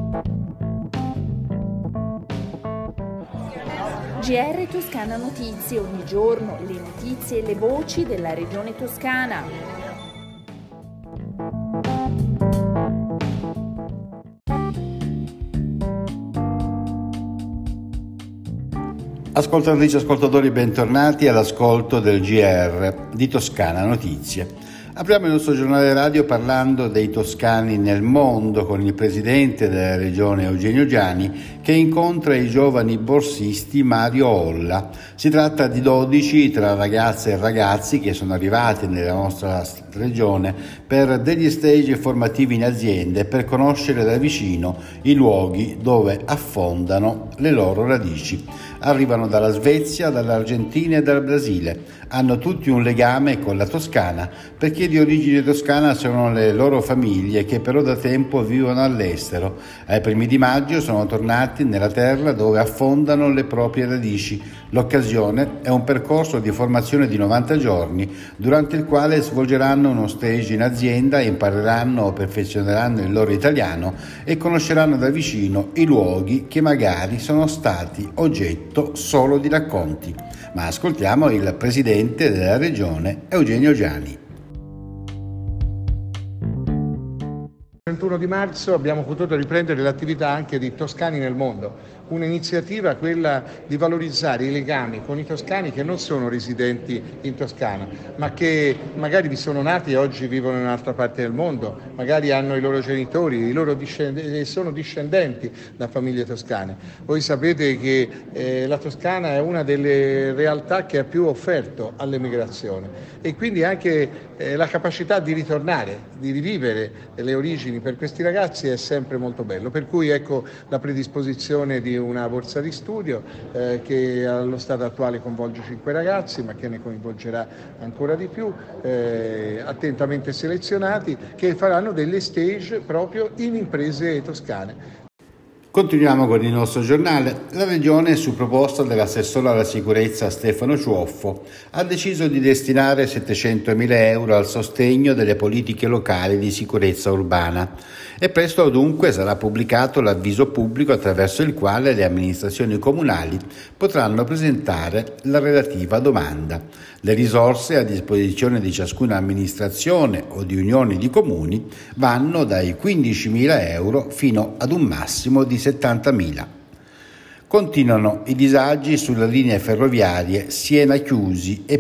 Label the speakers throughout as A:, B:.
A: GR Toscana Notizie, ogni giorno le notizie e le voci della regione toscana.
B: Ascoltatrici e ascoltatori, bentornati all'ascolto del GR di Toscana Notizie. Apriamo il nostro giornale radio parlando dei toscani nel mondo con il presidente della regione Eugenio Giani che incontra i giovani borsisti Mario Olla. Si tratta di 12 tra ragazze e ragazzi che sono arrivati nella nostra regione per degli stage formativi in aziende per conoscere da vicino i luoghi dove affondano le loro radici. Arrivano dalla Svezia, dall'Argentina e dal Brasile. Hanno tutti un legame con la Toscana perché di origine toscana sono le loro famiglie che però da tempo vivono all'estero. Ai primi di maggio sono tornati nella terra dove affondano le proprie radici. L'occasione è un percorso di formazione di 90 giorni durante il quale svolgeranno uno stage in azienda, impareranno o perfezioneranno il loro italiano e conosceranno da vicino i luoghi che magari sono stati oggetto solo di racconti. Ma ascoltiamo il presidente della regione Eugenio Giani.
C: Il 21 di marzo abbiamo potuto riprendere l'attività anche di Toscani nel Mondo, un'iniziativa quella di valorizzare i legami con i toscani che non sono residenti in Toscana, ma che magari vi sono nati e oggi vivono in un'altra parte del mondo, magari hanno i loro genitori, sono discendenti da famiglie toscane. Voi sapete che la Toscana è una delle realtà che ha più offerto all'emigrazione e quindi anche la capacità di ritornare, di rivivere le origini per questi ragazzi è sempre molto bello, per cui ecco la predisposizione di una borsa di studio che allo stato attuale coinvolge 5 ragazzi ma che ne coinvolgerà ancora di più, attentamente selezionati, che faranno delle stage proprio in imprese toscane.
B: Continuiamo con il nostro giornale. La Regione, su proposta dell'assessore alla sicurezza Stefano Ciuoffo, ha deciso di destinare 700.000 euro al sostegno delle politiche locali di sicurezza urbana e presto dunque sarà pubblicato l'avviso pubblico attraverso il quale le amministrazioni comunali potranno presentare la relativa domanda. Le risorse a disposizione di ciascuna amministrazione o di unioni di comuni vanno dai 15.000 euro fino ad un massimo di 70.000. Continuano i disagi sulle linee ferroviarie Siena-Chiusi e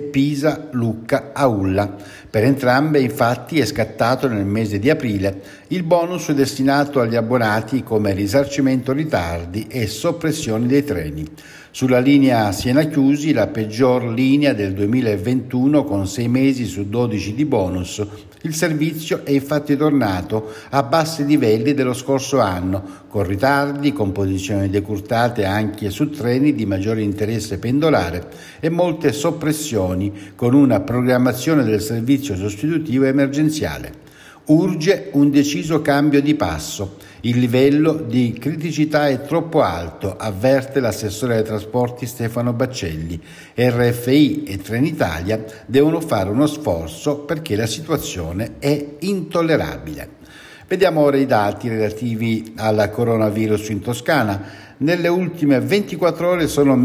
B: Pisa-Lucca-Aulla. Per entrambe, infatti, è scattato nel mese di aprile il bonus destinato agli abbonati come risarcimento ritardi e soppressioni dei treni. Sulla linea Siena-Chiusi, la peggior linea del 2021 con 6 mesi su 12 di bonus, il servizio è infatti tornato a bassi livelli dello scorso anno, con ritardi, con posizioni decurtate anche su treni di maggiore interesse pendolare e molte soppressioni, con una programmazione del servizio sostitutivo emergenziale. Urge un deciso cambio di passo. Il livello di criticità è troppo alto, avverte l'assessore ai trasporti Stefano Baccelli. RFI e Trenitalia devono fare uno sforzo perché la situazione è intollerabile. Vediamo ora i dati relativi al coronavirus in Toscana. Nelle ultime 24 ore sono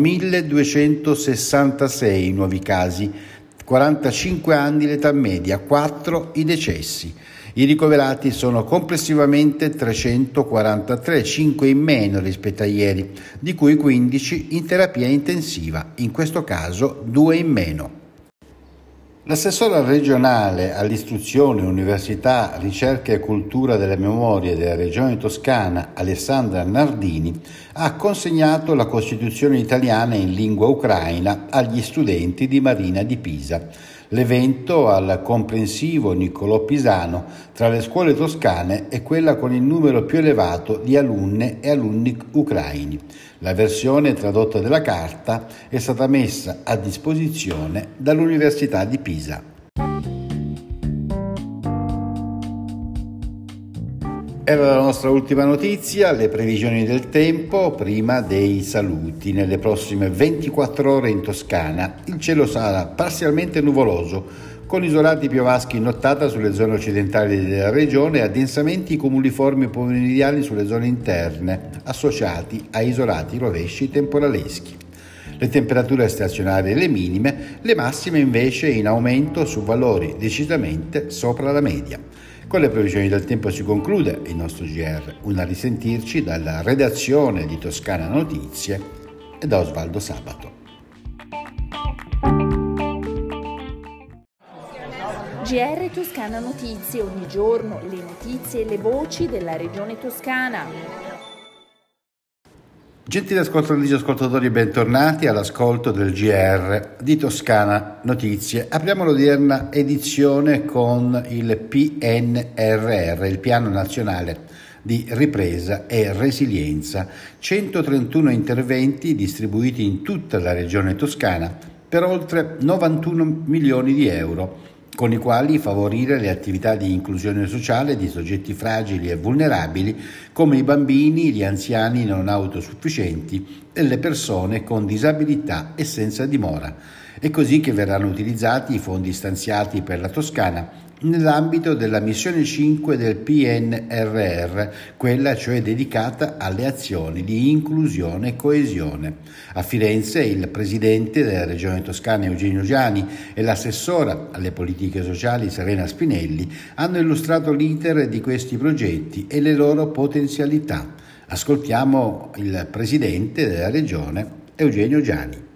B: 1.266 nuovi casi, 45 anni l'età media, 4 i decessi. I ricoverati sono complessivamente 343, 5 in meno rispetto a ieri, di cui 15 in terapia intensiva, in questo caso 2 in meno. L'assessora regionale all'istruzione, università, ricerca e cultura delle memorie della regione toscana, Alessandra Nardini, ha consegnato la Costituzione italiana in lingua ucraina agli studenti di Marina di Pisa. L'evento al comprensivo Niccolò Pisano tra le scuole toscane è quella con il numero più elevato di alunne e alunni ucraini. La versione tradotta della carta è stata messa a disposizione dall'Università di Pisa. Era la nostra ultima notizia, le previsioni del tempo prima dei saluti. Nelle prossime 24 ore in Toscana il cielo sarà parzialmente nuvoloso con isolati piovaschi in nottata sulle zone occidentali della regione e addensamenti cumuliformi pomeridiani sulle zone interne, associati a isolati rovesci temporaleschi. Le temperature stazionarie e le minime, le massime invece in aumento su valori decisamente sopra la media. Con le previsioni del tempo si conclude il nostro GR. A risentirci dalla redazione di Toscana Notizie e da Osvaldo Sabato.
A: GR Toscana Notizie, ogni giorno le notizie e le voci della regione toscana.
B: Gentili ascoltatrici e ascoltatori, bentornati all'ascolto del GR di Toscana Notizie. Apriamo l'odierna edizione con il PNRR, il Piano Nazionale di Ripresa e Resilienza. 131 interventi distribuiti in tutta la regione toscana per oltre 91 milioni di euro, con i quali favorire le attività di inclusione sociale di soggetti fragili e vulnerabili come i bambini, gli anziani non autosufficienti e le persone con disabilità e senza dimora. È così che verranno utilizzati i fondi stanziati per la Toscana nell'ambito della missione 5 del PNRR, quella cioè dedicata alle azioni di inclusione e coesione. A Firenze il presidente della Regione Toscana Eugenio Giani e l'assessora alle politiche sociali Serena Spinelli hanno illustrato l'iter di questi progetti e le loro potenzialità. Ascoltiamo il presidente della Regione Eugenio Giani.